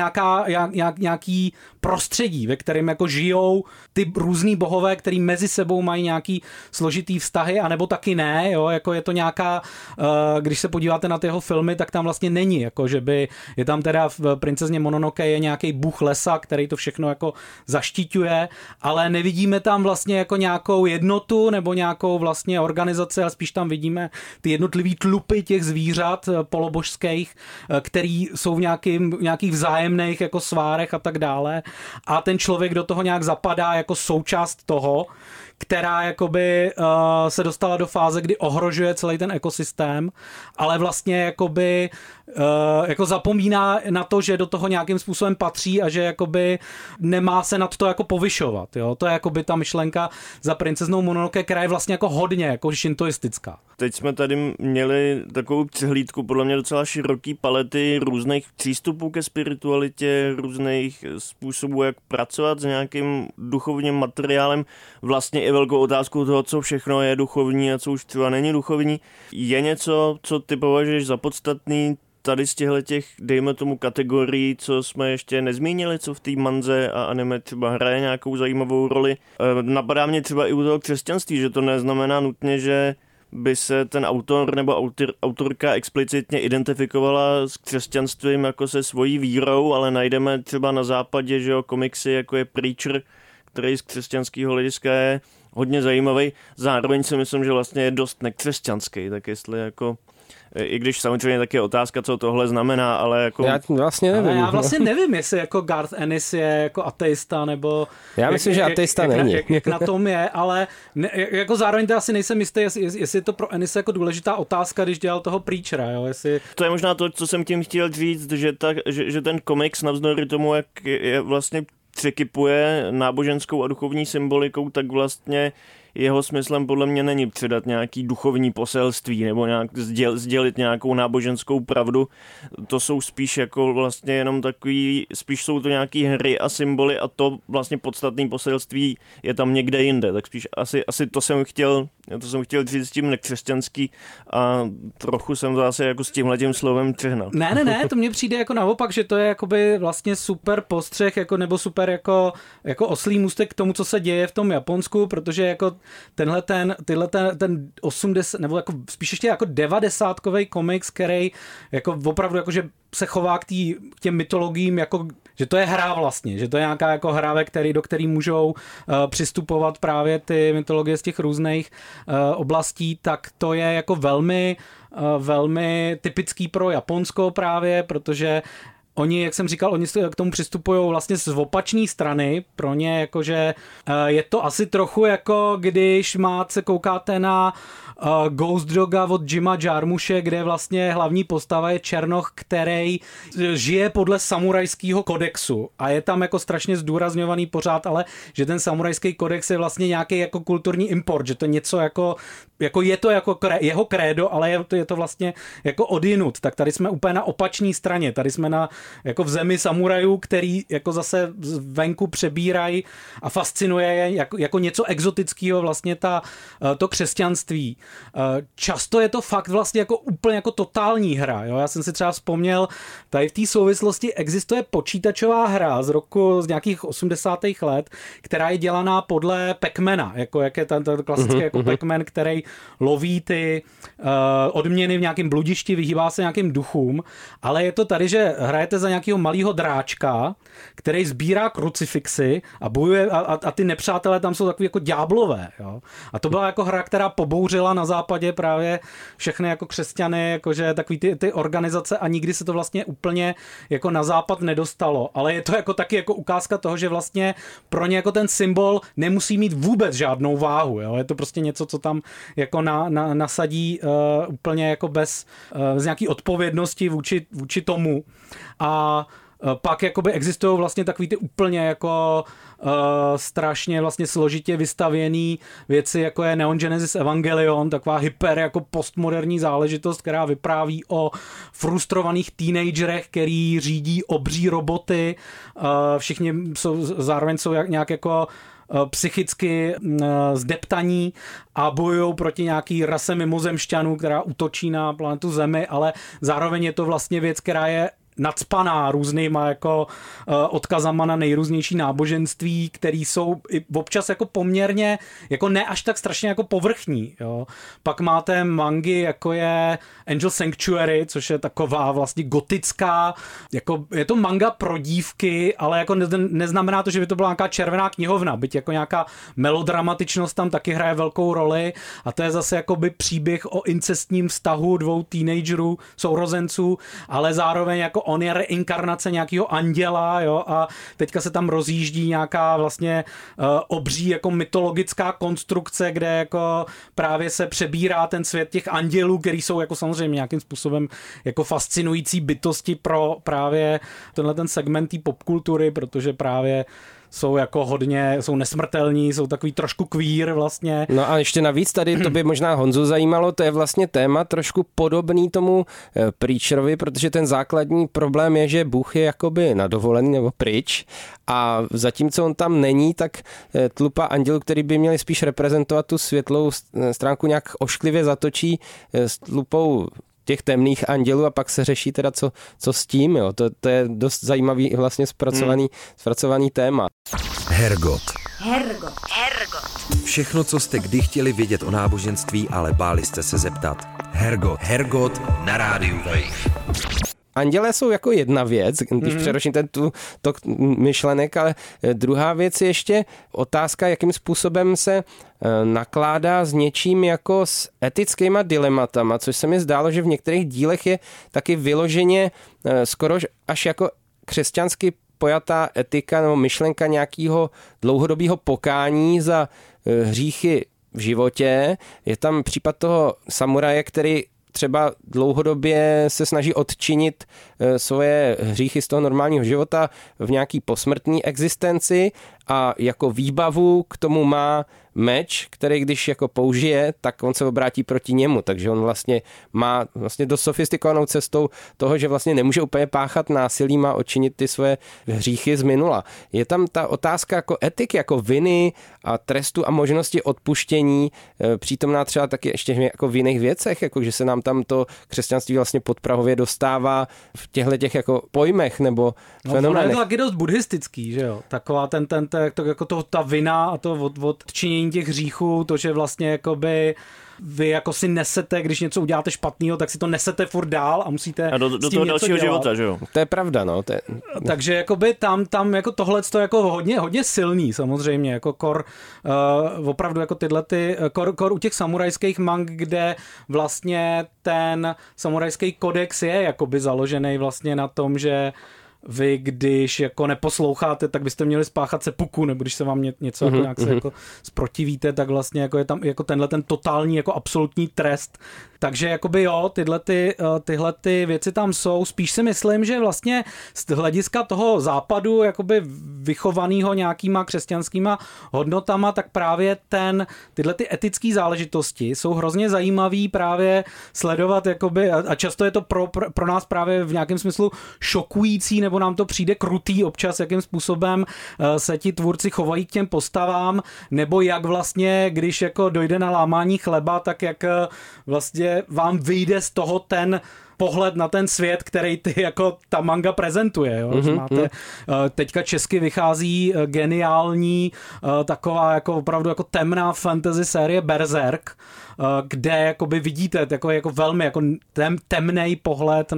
nějaký prostředí, ve kterém jako žijou ty různý bohové, který mezi sebou mají nějaký složitý vztahy, anebo taky ne, jo, jako je to nějaká, když se podíváte na ty jeho filmy, tak tam vlastně není, jako že by, je tam teda v Princezně Mononoke je nějaký bůh lesa, který to všechno jako zaštiťuje, ale nevidíme tam vlastně jako nějakou jednotu nebo nějakou vlastně organizaci, ale spíš tam vidíme ty jednotlivý tlupy těch zvířat polobožských, který jsou v nějakých vzájemných jako svárech a tak dále. A ten člověk do toho nějak zapadá jako součást toho, která jakoby se dostala do fáze, kdy ohrožuje celý ten ekosystém, ale vlastně jakoby jako zapomíná na to, že do toho nějakým způsobem patří a že jakoby nemá se nad to jako povyšovat. Jo? To je jakoby ta myšlenka za Princeznou Mononoke, která je vlastně jako hodně jako šintoistická.
Teď jsme tady měli takovou přehlídku podle mě docela široký palety různých přístupů ke spiritualitě, různých způsobů, jak pracovat s nějakým duchovním materiálem, vlastně i velkou otázkou toho, co všechno je duchovní a co už třeba není duchovní. Je něco, co ty považuješ za podstatný tady z těch, dejme tomu, kategorií, co jsme ještě nezmínili, co v té manze a anime třeba hraje nějakou zajímavou roli? Napadá mě třeba i u toho křesťanství, že to neznamená nutně, že by se ten autor nebo autorka explicitně identifikovala s křesťanstvím jako se svojí vírou, ale najdeme třeba na západě, že jo, komiksy jako je Preacher, který z křesťanského hlediska je hodně zajímavý. Zároveň si myslím, že vlastně je dost nekřesťanský, tak jestli jako, i když samozřejmě taky je otázka, co tohle znamená, ale jako...
Já vlastně nevím.
Já vlastně nevím, jestli jako Garth Ennis je jako ateista, nebo...
Já myslím, že ateista není.
Jak na tom je, ale ne, jako zároveň to asi nejsem jistý, jestli je to pro Ennis jako důležitá otázka, když dělal toho Preachera, jo, jestli...
To je možná to, co jsem tím chtěl říct, že ten komiks navzdory tomu, jak je vlastně překypuje náboženskou a duchovní symbolikou, tak vlastně jeho smyslem podle mě není předat nějaký duchovní poselství nebo nějak sdělit nějakou náboženskou pravdu. To jsou spíš jako vlastně jenom takový, spíš jsou to nějaký hry a symboly a to vlastně podstatné poselství je tam někde jinde. Tak spíš asi to jsem chtěl říct s tím nekřesťanský a trochu jsem zase jako s tímhletím slovem přehnal.
Ne, to mně přijde jako naopak, že to je jakoby vlastně super postřeh, jako nebo super jako oslí můstek k tomu, co se děje v tom Japonsku, protože jako ten 80, nebo jako spíš ještě jako 90kovej komiks, který jako opravdu jako, že se chová k těm mytologiím jako, že to je hra vlastně, že to je nějaká jako hra, do který můžou přistupovat právě ty mytologie z těch různých oblastí, tak to je jako velmi typický pro Japonsko právě, protože oni, jak jsem říkal, oni k tomu přistupují vlastně z opačné strany. Pro ně jakože je to asi trochu jako když se koukáte na Ghost Doga od Jima Jarmusche, kde vlastně hlavní postava je černoch, který žije podle samurajského kodexu a je tam jako strašně zdůrazňovaný pořád, ale že ten samurajský kodex je vlastně nějaký jako kulturní import, že to něco jako je to jako jeho krédo, ale je to vlastně jako odjinut. Tak tady jsme úplně na opačné straně. Tady jsme jako v zemi samurajů, který jako zase venku přebírají a fascinuje je jako něco exotického vlastně to křesťanství. Často je to fakt vlastně jako úplně jako totální hra. Jo? Já jsem si třeba vzpomněl, tady v té souvislosti existuje počítačová hra z nějakých 80. let, která je dělaná podle Pac-Mana, jako jak je ten klasický jako Pac-Man, který loví ty odměny v nějakém bludišti, vyhýbá se nějakým duchům, ale je to tady, že hrajete za nějakého malého dráčka, který sbírá krucifixy a bojuje a ty nepřátelé tam jsou takový jako ďáblové. Jo? A to byla jako hra, která pobouřila na západě právě všechny jako křesťany, jakože takový ty organizace a nikdy se to vlastně úplně jako na západ nedostalo. Ale je to jako taky jako ukázka toho, že vlastně pro ně jako ten symbol nemusí mít vůbec žádnou váhu. Jo? Je to prostě něco, co tam jako nasadí úplně jako bez nějaký odpovědnosti vůči tomu. A pak jakoby existují vlastně takový ty úplně jako strašně vlastně složitě vystavěný věci, jako je Neon Genesis Evangelion, taková hyper jako postmoderní záležitost, která vypráví o frustrovaných teenagerech, který řídí obří roboty. Všichni zároveň jsou nějak jako psychicky zdeptaní a bojují proti nějaký rase mimozemšťanů, která útočí na planetu Zemi, ale zároveň je to vlastně věc, která je nacpaná různýma jako odkazama na nejrůznější náboženství, který jsou i občas jako poměrně jako ne až tak strašně jako povrchní. Jo. Pak máte mangy, jako je Angel Sanctuary, což je taková vlastně gotická, jako je to manga pro dívky, ale jako neznamená to, že by to byla nějaká červená knihovna, byť jako nějaká melodramatičnost tam taky hraje velkou roli a to je zase jakoby příběh o incestním vztahu dvou teenagerů, sourozenců, ale zároveň jako on je reinkarnace nějakého anděla, jo, a teďka se tam rozjíždí nějaká vlastně obří jako mytologická konstrukce, kde jako právě se přebírá ten svět těch andělů, který jsou jako samozřejmě nějakým způsobem jako fascinující bytosti pro právě tenhle ten segment té popkultury, protože právě jsou jako jsou nesmrtelní, jsou takový trošku queer vlastně.
No a ještě navíc tady, to by možná Honzu zajímalo, to je vlastně téma trošku podobný tomu Preacherovi, protože ten základní problém je, že Bůh je jakoby na dovolený nebo pryč a zatímco on tam není, tak tlupa andělů, který by měli spíš reprezentovat tu světlou stránku, nějak ošklivě zatočí s tlupou těch temných andělů a pak se řeší teda co s tím, jo. To je dost zajímavý vlastně zpracovaný téma.
Hergot. Všechno, co jste kdy chtěli vědět o náboženství, ale báli jste se zeptat. Hergot na rádiu Wave.
Andělé jsou jako jedna věc, když přeruším tok myšlenek, ale druhá věc je ještě otázka, jakým způsobem se nakládá s něčím jako s etickýma dilematama, což se mi zdálo, že v některých dílech je taky vyloženě skoro až jako křesťansky pojatá etika nebo myšlenka nějakého dlouhodobého pokání za hříchy v životě. Je tam případ toho samuraje, který třeba dlouhodobě se snaží odčinit svoje hříchy z toho normálního života v nějaký posmrtní existenci a jako výbavu k tomu má meč, který když jako použije, tak on se obrátí proti němu, takže on vlastně má vlastně dost sofistikovanou cestou toho, že vlastně nemůže úplně páchat násilí, má odčinit ty svoje hříchy z minula. Je tam ta otázka jako etiky, jako viny a trestu a možnosti odpuštění přítomná třeba taky ještě jako v jiných věcech, jako že se nám tam to křesťanství vlastně podprahově dostává v těchto těch jako pojmech nebo fenoménech.
No, je to taky dost buddhistický, že jo? Taková ta vina a to odčinění těch hříchů, to, že vlastně jakoby vy jako si nesete, když něco uděláte špatného, tak si to nesete furt dál a musíte
a do toho dalšího života, že jo?
To je pravda, no.
Takže jakoby tam jako tohleto jako hodně silný samozřejmě, jako opravdu jako kor u těch samurajských mang, kde vlastně ten samurajský kodex je jakoby založený vlastně na tom, že vy, když jako neposloucháte, tak byste měli spáchat seppuku, nebo když se vám něco jako nějak se jako zprotivíte, tak vlastně jako je tam jako tenhle ten totální jako absolutní trest. Takže jakoby jo, tyhle ty věci tam jsou. Spíš si myslím, že vlastně z hlediska toho západu jakoby vychovaného nějakýma křesťanskýma hodnotama, tak právě tyhle ty etické záležitosti jsou hrozně zajímavý právě sledovat jakoby, a často je to pro nás právě v nějakém smyslu šokující, nebo nám to přijde krutý občas, jakým způsobem se ti tvůrci chovají k těm postavám, nebo jak vlastně, když jako dojde na lámání chleba, tak jak vlastně vám vyjde z toho ten pohled na ten svět, který ty jako ta manga prezentuje. Jo? Máte, teďka česky vychází geniální taková jako opravdu jako temná fantasy série Berserk, kde jakoby vidíte jako velmi jako temnej pohled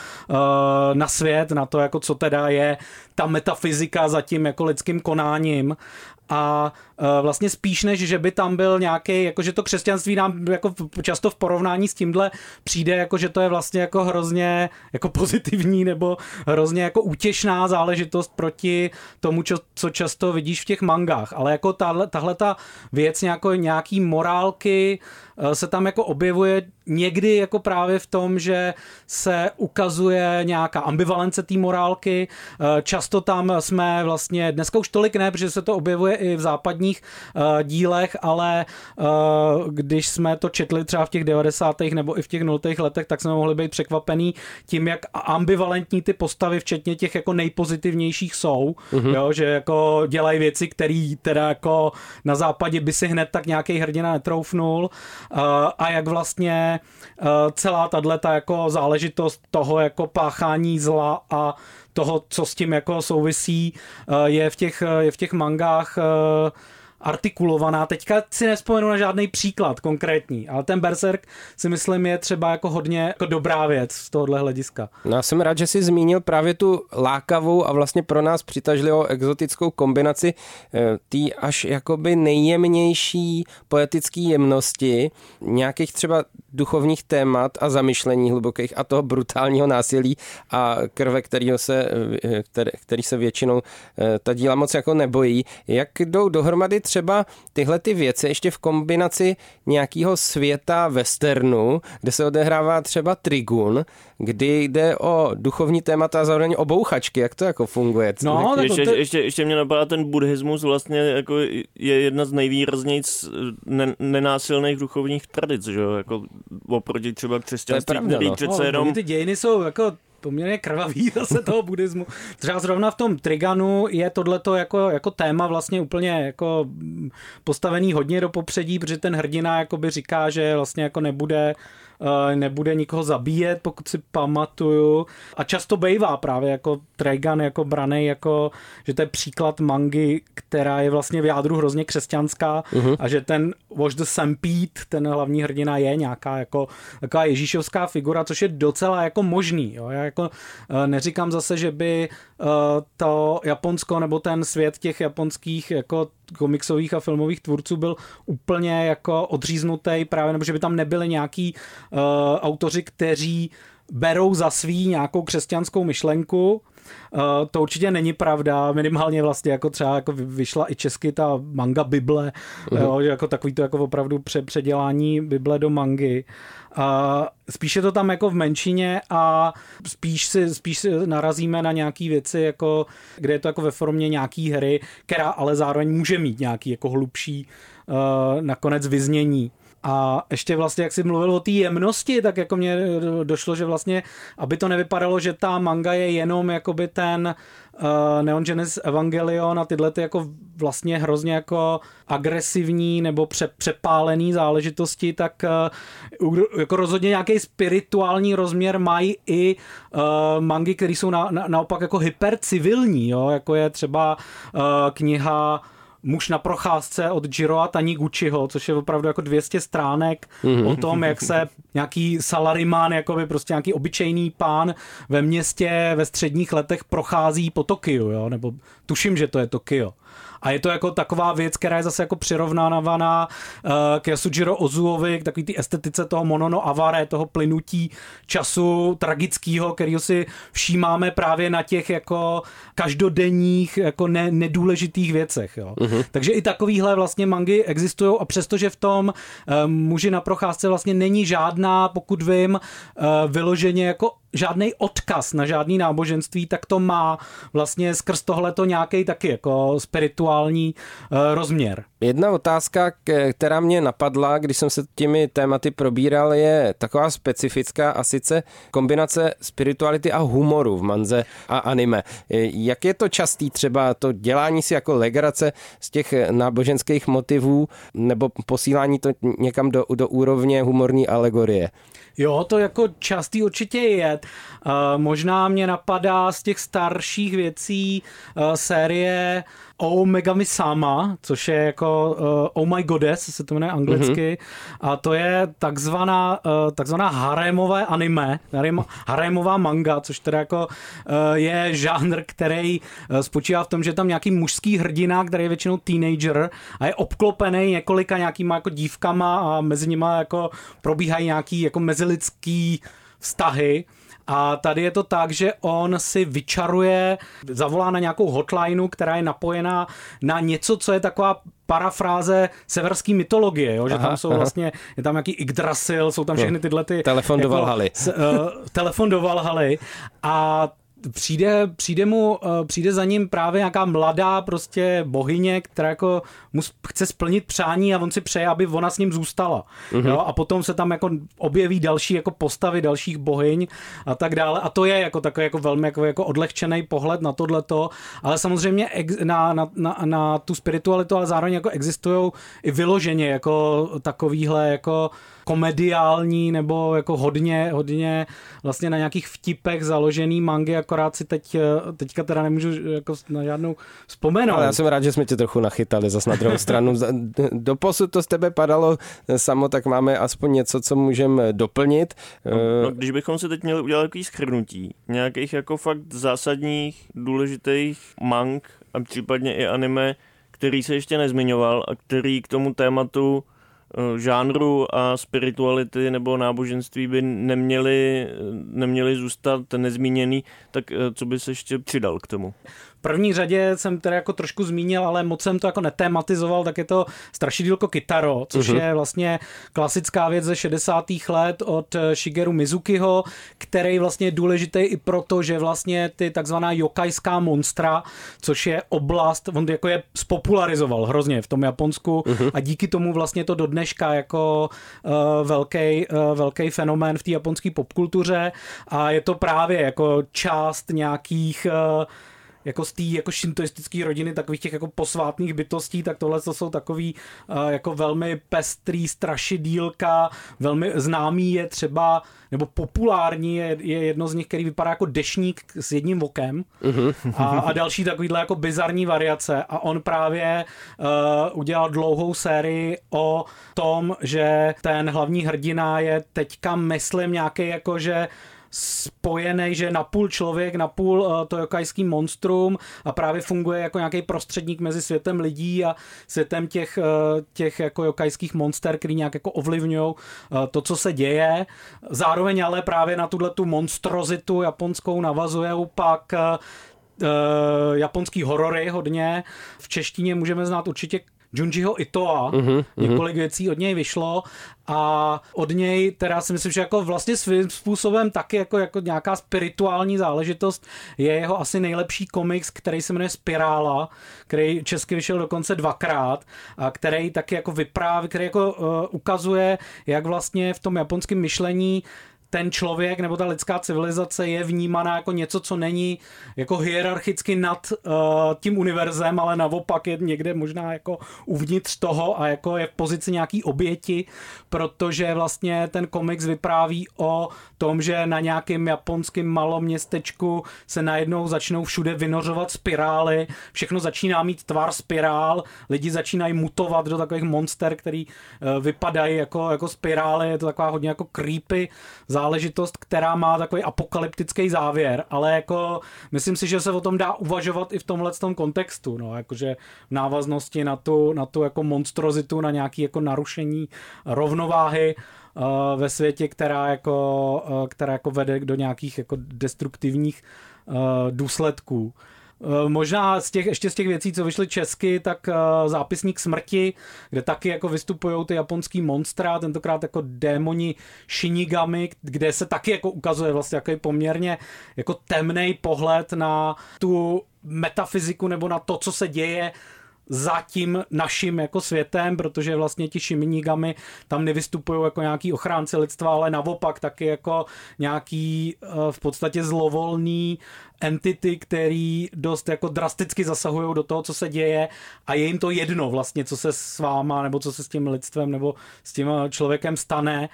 na svět, na to, jako co teda je ta metafyzika za tím jako lidským konáním. A vlastně spíš než, že by tam byl nějaký, jakože to křesťanství nám jako často v porovnání s tímhle přijde, jako že to je vlastně jako hrozně jako pozitivní nebo hrozně jako útěšná záležitost proti tomu, co často vidíš v těch mangách. Ale jako tahle ta věc nějaký morálky se tam jako objevuje někdy jako právě v tom, že se ukazuje nějaká ambivalence té morálky. Často tam jsme vlastně, dneska už tolik ne, protože se to objevuje i v západních dílech, ale když jsme to četli třeba v těch 90. nebo i v těch 0. letech, tak jsme mohli být překvapený tím, jak ambivalentní ty postavy, včetně těch jako nejpozitivnějších jsou, jo, že jako dělají věci, které teda jako na západě by si hned tak nějaký hrdina netroufnul, a jak vlastně celá tato jako záležitost toho jako páchání zla a toho, co s tím jako souvisí, je v těch mangách artikulovaná. Teďka si nevzpomenu na žádný příklad konkrétní, ale ten Berserk si myslím je třeba jako hodně jako dobrá věc z tohohle hlediska.
No, já jsem rád, že jsi zmínil právě tu lákavou a vlastně pro nás přitažlivou exotickou kombinaci tý až jakoby nejjemnější poetický jemnosti, nějakých třeba duchovních témat a zamyšlení hlubokých a toho brutálního násilí a krve, který se většinou ta díla moc jako nebojí. Jak jdou dohromady třeba tyhle ty věci ještě v kombinaci nějakého světa westernu, kde se odehrává třeba Trigun, kdy jde o duchovní témata a zároveň o bouchačky. Jak to jako funguje?
No, ještě mě napadá ten buddhismus vlastně jako je jedna z nejvýraznějc nenásilných duchovních tradic, že jo? Jako oproti třeba křesťanství, který přece jenom...
Ty dějiny jsou jako poměrně krvavý zase toho buddhismu. Třeba zrovna v tom Triganu je tohleto jako téma vlastně úplně jako postavený hodně do popředí, protože ten hrdina jakoby říká, že vlastně jako nebude nikoho zabíjet, pokud si pamatuju. A často bejvá právě jako Trigun jako branej, jako, že to je příklad mangy, která je vlastně v jádru hrozně křesťanská a že ten Watch the Stampede, ten hlavní hrdina je nějaká jako taková ježíšovská figura, což je docela jako možný. Jo? Já jako neříkám zase, že by to Japonsko nebo ten svět těch japonských jako komiksových a filmových tvůrců byl úplně jako odříznutý právě, nebo že by tam nebyli nějaký autoři, kteří berou za svý nějakou křesťanskou myšlenku. To určitě není pravda, minimálně vlastně jako třeba jako vyšla i česky ta manga Bible, jo, jako takový to jako opravdu předělání Bible do mangy. Spíš je to tam jako v menšině a spíš narazíme na nějaký věci, jako, kde je to jako ve formě nějaký hry, která ale zároveň může mít nějaký jako hlubší nakonec vyznění. A ještě vlastně, jak jsi mluvil o té jemnosti, tak jako mně došlo, že vlastně, aby to nevypadalo, že ta manga je jenom jakoby ten Neon Genesis Evangelion a tyhle ty jako vlastně hrozně jako agresivní nebo přepálený záležitosti, tak jako rozhodně nějaký spirituální rozměr mají i mangy, které jsou naopak jako hypercivilní, jo? Jako je třeba kniha Muž na procházce od Jiroa Taniguchiho, což je opravdu jako 200 stránek o tom, jak se nějaký salaryman, jakoby prostě nějaký obyčejný pán ve městě ve středních letech prochází po Tokiu, jo? Nebo tuším, že to je Tokio. A je to jako taková věc, která je zase jako přirovnávaná k Yasujiro Ozuovi, k takový ty estetice toho monono avare, toho plynutí času tragického, kterýho si všímáme právě na těch jako každodenních jako nedůležitých věcech. Jo. Takže i takovýhle vlastně mangy existují a přestože v tom Muži na procházce vlastně není žádná, pokud vím, vyloženě jako žádný odkaz na žádný náboženství, tak to má vlastně skrz tohleto nějaký taky jako spirituální rozměr.
Jedna otázka, která mě napadla, když jsem se těmi tématy probíral, je taková specifická a sice kombinace spirituality a humoru v manze a anime. Jak je to častý třeba to dělání si jako legrace z těch náboženských motivů nebo posílání to někam do úrovně humorní alegorie?
Jo, to jako častý určitě je. Možná mě napadá z těch starších věcí série Oh Megami Sama, což je jako Oh My Goddess, se to jmenuje anglicky, a to je takzvaná harémové anime, harémová manga, což teda jako je žánr, který spočívá v tom, že je tam nějaký mužský hrdina, který je většinou teenager a je obklopený několika nějakýma jako dívkama a mezi nima jako probíhají nějaký jako mezilidský vztahy. A tady je to tak, že on si vyčaruje, zavolá na nějakou hotlineu, která je napojená na něco, co je taková parafráze severské mytologie, jo? Že tam jsou vlastně, je tam nějaký Yggdrasil, jsou tam všechny tyhle ty...
Telefon do Valhaly.
Telefon do Valhaly a přijde za ním právě nějaká mladá prostě bohyně, která jako mu chce splnit přání a on si přeje, aby ona s ním zůstala. Jo? A potom se tam jako objeví další jako postavy dalších bohyň a tak dále. A to je jako takový jako velmi jako odlehčený pohled na tohleto, ale samozřejmě na tu spiritualitu, ale zároveň jako existují i vyloženě jako takovýhle jako komediální nebo jako hodně vlastně na nějakých vtipech založený mangy, akorát si teďka teda nemůžu jako na žádnou vzpomenout.
Ale já jsem rád, že jsme tě trochu nachytali zas na druhou stranu. Doposud to z tebe padalo samo, tak máme aspoň něco, co můžeme doplnit.
No, když bychom si teď měli udělat takový shrnutí nějakých jako fakt zásadních, důležitých mang a případně i anime, který se ještě nezmiňoval a který k tomu tématu žánru a spirituality nebo náboženství by neměli zůstat nezmíněný, tak co by se ještě přidal k tomu?
V první řadě jsem teda jako trošku zmínil, ale moc jsem to jako netématizoval, tak je to Strašidílko Kitaro, což je vlastně klasická věc ze 60. let od Shigeru Mizukiho, který vlastně je důležitý i proto, že vlastně ty takzvaná jokajská monstra, což je oblast, on jako je spopularizoval hrozně v tom Japonsku a díky tomu vlastně to do dneška jako velký fenomén v té japonské popkultuře a je to právě jako část nějakých jako z té jako šintoistické rodiny takových těch jako posvátných bytostí, tak tohle to jsou takový jako velmi pestrý strašidílka, velmi známý je třeba, nebo populární je jedno z nich, který vypadá jako deštník s jedním okem a další takovýhle jako bizarní variace a on právě udělal dlouhou sérii o tom, že ten hlavní hrdina je teďka myslím nějaký jako, že spojený, že napůl člověk, napůl to jokajský monstrum a právě funguje jako nějaký prostředník mezi světem lidí a světem těch jako jokajských monster, který nějak jako ovlivňují to, co se děje. Zároveň ale právě na tuhletu monstrozitu japonskou navazuje pak japonský horory hodně. V češtině můžeme znát určitě Junjiho Itoa, několik věcí od něj vyšlo a od něj teda si myslím, že jako vlastně svým způsobem taky jako nějaká spirituální záležitost je jeho asi nejlepší komiks, který se jmenuje Spirála, který česky vyšel dokonce 2krát a který taky jako vypráví, který jako ukazuje, jak vlastně v tom japonském myšlení ten člověk nebo ta lidská civilizace je vnímaná jako něco, co není jako hierarchicky nad tím univerzem, ale naopak je někde možná jako uvnitř toho a jako je v pozici nějaký oběti, protože vlastně ten komiks vypráví o tom, že na nějakém japonském maloměstečku se najednou začnou všude vynořovat spirály, všechno začíná mít tvar spirál, lidi začínají mutovat do takových monster, který vypadají jako spirály, je to taková hodně jako creepy záležitost, která má takový apokalyptický závěr, ale jako myslím si, že se o tom dá uvažovat i v tomhletom kontextu, no, jakože v návaznosti na tu jako monstrozitu, na nějaký jako narušení rovnováhy ve světě, která jako vede do nějakých jako destruktivních důsledků. Možná ještě z těch věcí, co vyšly česky, tak Zápisník smrti, kde taky jako vystupujou ty japonský monstra, tentokrát jako démoni Shinigami, kde se taky jako ukazuje vlastně jako poměrně jako temnej pohled na tu metafyziku nebo na to, co se děje za tím naším jako světem, protože vlastně ti Shinigami tam nevystupují jako nějaký ochránci lidstva, ale naopak taky jako nějaký v podstatě zlovolný entity, který dost jako drasticky zasahují do toho, co se děje a je jim to jedno vlastně, co se s váma nebo co se s tím lidstvem nebo s tím člověkem stane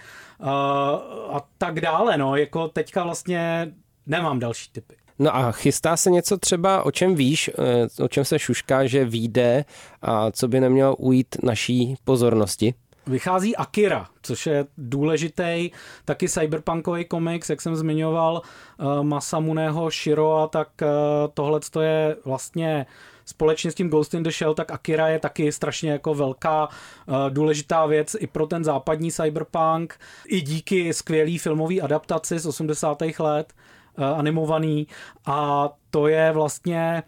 a tak dále, no, jako teďka vlastně nemám další tipy.
No a chystá se něco třeba, o čem víš, o čem se šušká, že vyjde a co by nemělo ujít naší pozornosti?
Vychází Akira, což je důležitý taky cyberpunkový komiks, jak jsem zmiňoval Masamuneho Shiroa, tak tohleto je vlastně společně s tím Ghost in the Shell, tak Akira je taky strašně jako velká důležitá věc i pro ten západní cyberpunk, i díky skvělý filmové adaptaci z 80. let, animovaný a to je vlastně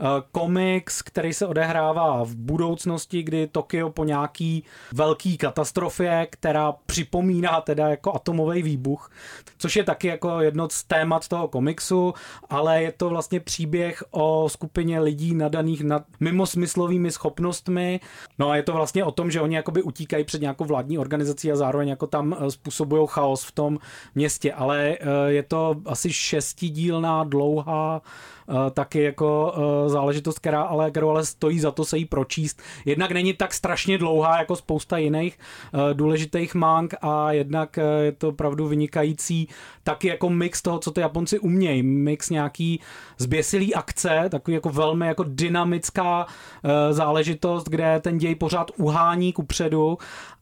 komiks, který se odehrává v budoucnosti, kdy Tokio po nějaký velký katastrofě, která připomíná teda jako atomový výbuch, což je taky jako jedno z témat toho komiksu, ale je to vlastně příběh o skupině lidí nadaných nad mimosmyslovými schopnostmi. No a je to vlastně o tom, že oni jakoby utíkají před nějakou vládní organizací a zároveň jako tam způsobují chaos v tom městě, ale je to asi 6dílná dlouhá taky jako záležitost, kterou ale stojí za to se jí pročíst. Jednak není tak strašně dlouhá jako spousta jiných důležitých mang a jednak je to opravdu vynikající taky jako mix toho, co ty Japonci umějí. Mix nějaký zběsilý akce, takový jako velmi jako dynamická záležitost, kde ten děj pořád uhání kupředu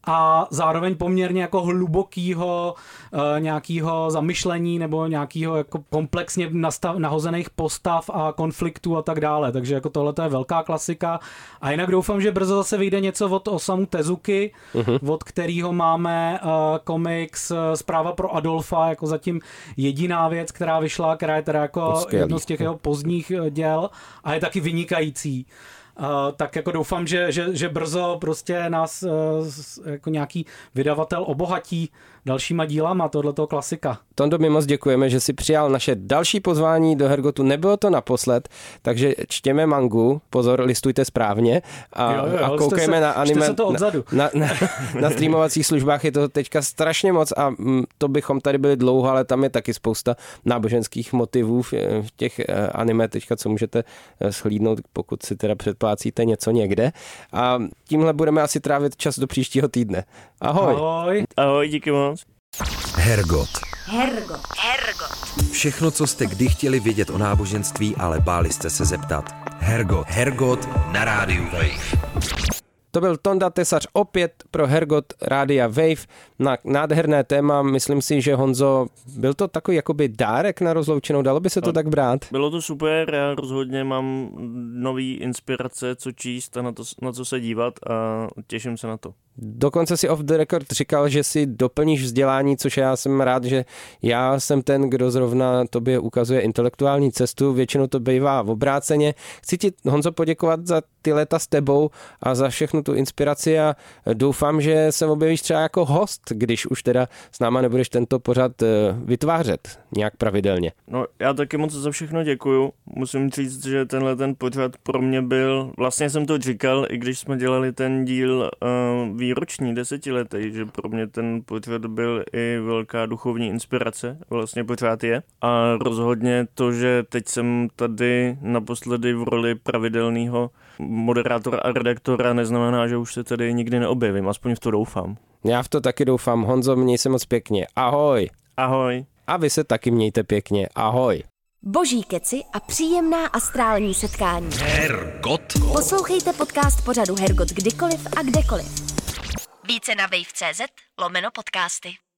a zároveň poměrně jako hlubokýho nějakého zamyšlení nebo nějakého jako komplexně nahozených postav a konfliktů a tak dále. Takže jako tohle je velká klasika. A jinak doufám, že brzo zase vyjde něco od Osamu Tezuki, od kterého máme komiks Zpráva pro Adolfa, jako zatím jediná věc, která vyšla, která je teda jako jedno z těch jeho pozdních děl a je taky vynikající. Tak jako doufám, že brzo prostě nás jako nějaký vydavatel obohatí dalšíma dílama tohleto klasika.
Tondo, my moc děkujeme, že jsi přijal naše další pozvání do Hergotu. Nebylo to naposled, takže čtěme mangu, pozor, listujte správně a koukejme na anime. Na streamovacích službách je to teďka strašně moc a to bychom tady byli dlouho, ale tam je taky spousta náboženských motivů v těch anime teďka, co můžete shlídnout, pokud si teda předplácíte něco někde. A tímhle budeme asi trávit čas do příštího týdne. Ahoj.
Ahoj.
Ahoj, díky moc.
Hergot. Všechno, co jste kdy chtěli vědět o náboženství, ale báli jste se zeptat. Hergot na rádiu Wave.
To byl Tonda Tesař opět pro Hergot Rádia Wave na nádherné téma. Myslím si, že Honzo, byl to takový jakoby dárek na rozloučenou, dalo by se to tak brát?
Bylo to super, já rozhodně mám nový inspirace, co číst a na co se dívat a těším se na to.
Dokonce si off the record říkal, že si doplníš vzdělání, což já jsem rád, že já jsem ten, kdo zrovna tobě ukazuje intelektuální cestu, většinou to bývá v obráceně. Chci ti, Honzo, poděkovat za ty léta s tebou a za všechnu tu inspiraci a doufám, že se objevíš třeba jako host, když už teda s náma nebudeš tento pořad vytvářet nějak pravidelně.
No, já taky moc za všechno děkuju. Musím říct, že tenhle ten pořad pro mě byl, vlastně jsem to říkal, i když jsme dělali ten díl výroční 10letý, že pro mě ten pořad byl i velká duchovní inspirace, vlastně pořád je. A rozhodně to, že teď jsem tady naposledy v roli pravidelného moderátora a redaktora, neznamená, že už se tady nikdy neobjevím, aspoň v to doufám.
Já v to taky doufám. Honzo, měj se moc pěkně. Ahoj.
Ahoj.
A vy se taky mějte pěkně. Ahoj.
Boží keci a příjemná astrální setkání.
Hergot.
Poslouchejte podcast pořadu Hergot kdykoliv a kdekoliv. Více na wave.cz/podcasty.